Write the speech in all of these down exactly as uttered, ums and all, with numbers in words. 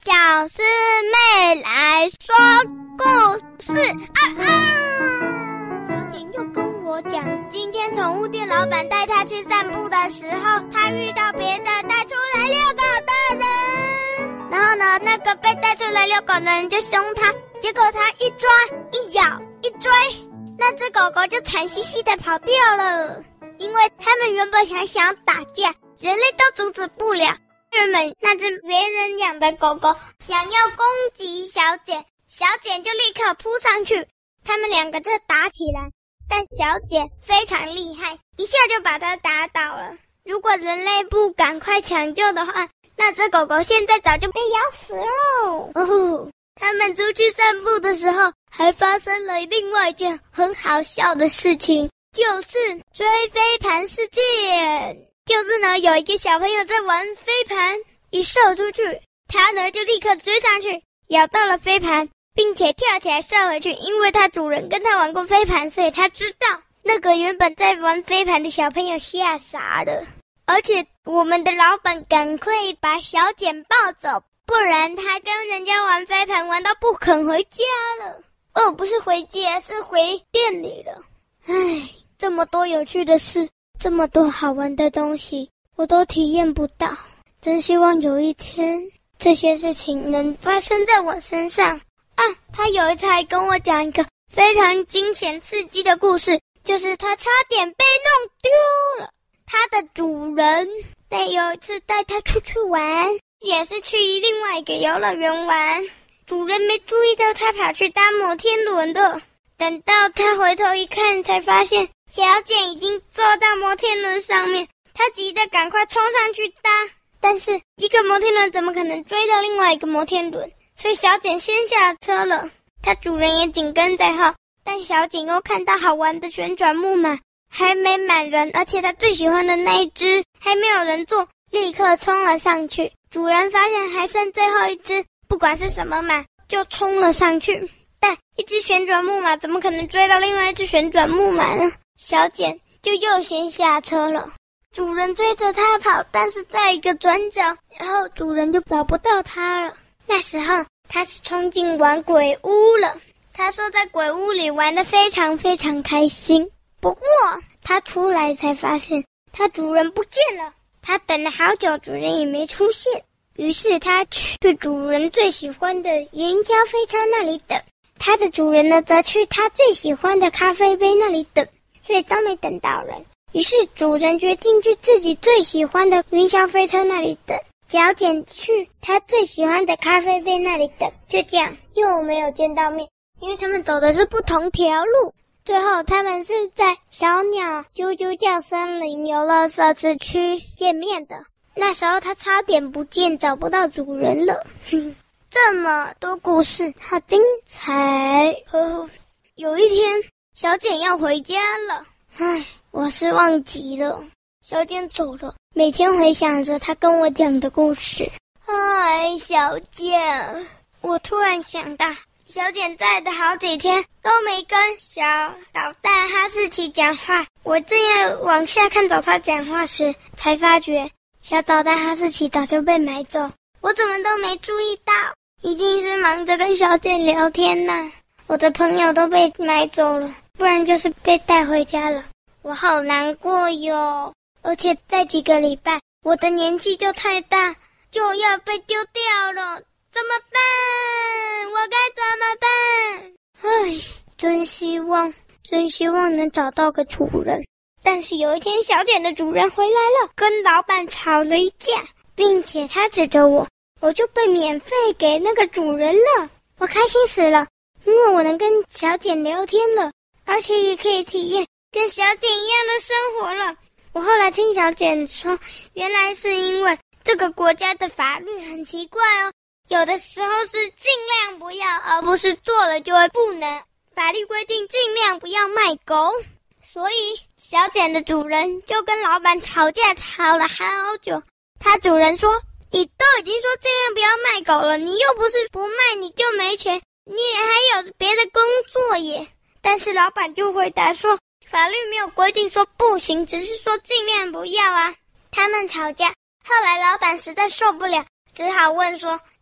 小师妹来说故事啊啊！小简又跟我讲，今天宠物店老板带他去散步的时候，他遇到别的带出来遛狗的人，然后呢，那个被带出来遛狗的人就凶他，结果他一抓一咬一追，那只狗狗就惨兮兮的跑掉了。因为他们原本还想要打架，人类都阻止不了。原本那只别人养的狗狗想要攻击小简，小简就立刻扑上去，他们两个就打起来。但小简非常厉害，一下就把它打倒了。如果人类不赶快抢救的话，那只狗狗现在早就被咬死了。哦，他们出去散步的时候，还发生了另外一件很好笑的事情。就是追飞盘事件，就是呢，有一个小朋友在玩飞盘，一射出去，他呢就立刻追上去，咬到了飞盘，并且跳起来射回去。因为他主人跟他玩过飞盘，所以他知道那个原本在玩飞盘的小朋友吓傻了。而且我们的老板赶快把小简抱走，不然他跟人家玩飞盘玩到不肯回家了。哦，不是回家，是回店里了。唉，这么多有趣的事，这么多好玩的东西，我都体验不到。真希望有一天这些事情能发生在我身上啊！他有一次还跟我讲一个非常惊险刺激的故事，就是他差点被弄丢了。他的主人在有一次带他出去玩，也是去另外一个游乐园玩，主人没注意到他跑去搭摩天轮的。等到他回头一看，才发现小简已经坐到摩天轮上面，他急得赶快冲上去搭，但是一个摩天轮怎么可能追到另外一个摩天轮，所以小简先下车了，他主人也紧跟在后。但小简又看到好玩的旋转木马还没满人，而且他最喜欢的那一只还没有人坐，立刻冲了上去。主人发现还剩最后一只，不管是什么马，就冲了上去。但一只旋转木马怎么可能追到另外一只旋转木马呢？小简就又先下车了。主人追着他跑，但是在一个转角，然后主人就找不到他了。那时候他是冲进玩鬼屋了。他说在鬼屋里玩得非常非常开心。不过他出来才发现他主人不见了。他等了好久，主人也没出现。于是他去主人最喜欢的云霄飞车那里等。他的主人呢，则去他最喜欢的咖啡杯那里等，所以都没等到人。于是主人决定去自己最喜欢的云霄飞车那里等，小简去他最喜欢的咖啡杯那里等。就这样又没有见到面，因为他们走的是不同条路。最后他们是在小鸟啾啾叫森林游乐设施区见面的。那时候他差点不见，找不到主人了。这么多故事，好精彩！呵呵，有一天，小简要回家了，唉，我失望极了。小简走了，每天回想着他跟我讲的故事。唉，小简，我突然想到，小简在的好几天都没跟小捣蛋哈士奇讲话。我正要往下看找他讲话时，才发觉小捣蛋哈士奇早就被买走，我怎么都没注意到。一定是忙着跟小简聊天呐，我的朋友都被买走了，不然就是被带回家了。我好难过哟，而且再几个礼拜，我的年纪就太大，就要被丢掉了，怎么办？我该怎么办？唉，真希望，真希望能找到个主人。但是有一天，小简的主人回来了，跟老板吵了一架，并且他指着我。我就被免费给那个主人了，我开心死了，因为我能跟小简聊天了，而且也可以体验跟小简一样的生活了。我后来听小简说，原来是因为这个国家的法律很奇怪哦，有的时候是尽量不要，而不是做了就会不能。法律规定尽量不要卖狗，所以小简的主人就跟老板吵架，吵了好久。他主人说，你都已经说尽量不要卖狗了，你又不是不卖你就没钱，你也还有别的工作耶。但是老板就回答说，法律没有规定说不行，只是说尽量不要啊。他们吵架，后来老板实在受不了，只好问说，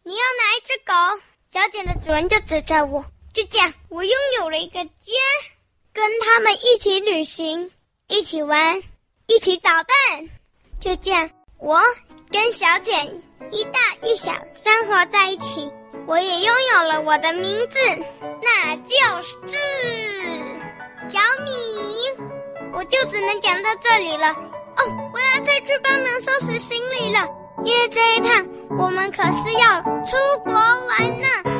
你要哪一只狗？小简的主人就指着我，就这样，我拥有了一个家，跟他们一起旅行，一起玩，一起捣蛋。就这样，我跟小简一大一小生活在一起。我也拥有了我的名字，那就是小米。我就只能讲到这里了。哦，我要再去帮忙收拾行李了，因为这一趟我们可是要出国玩呢。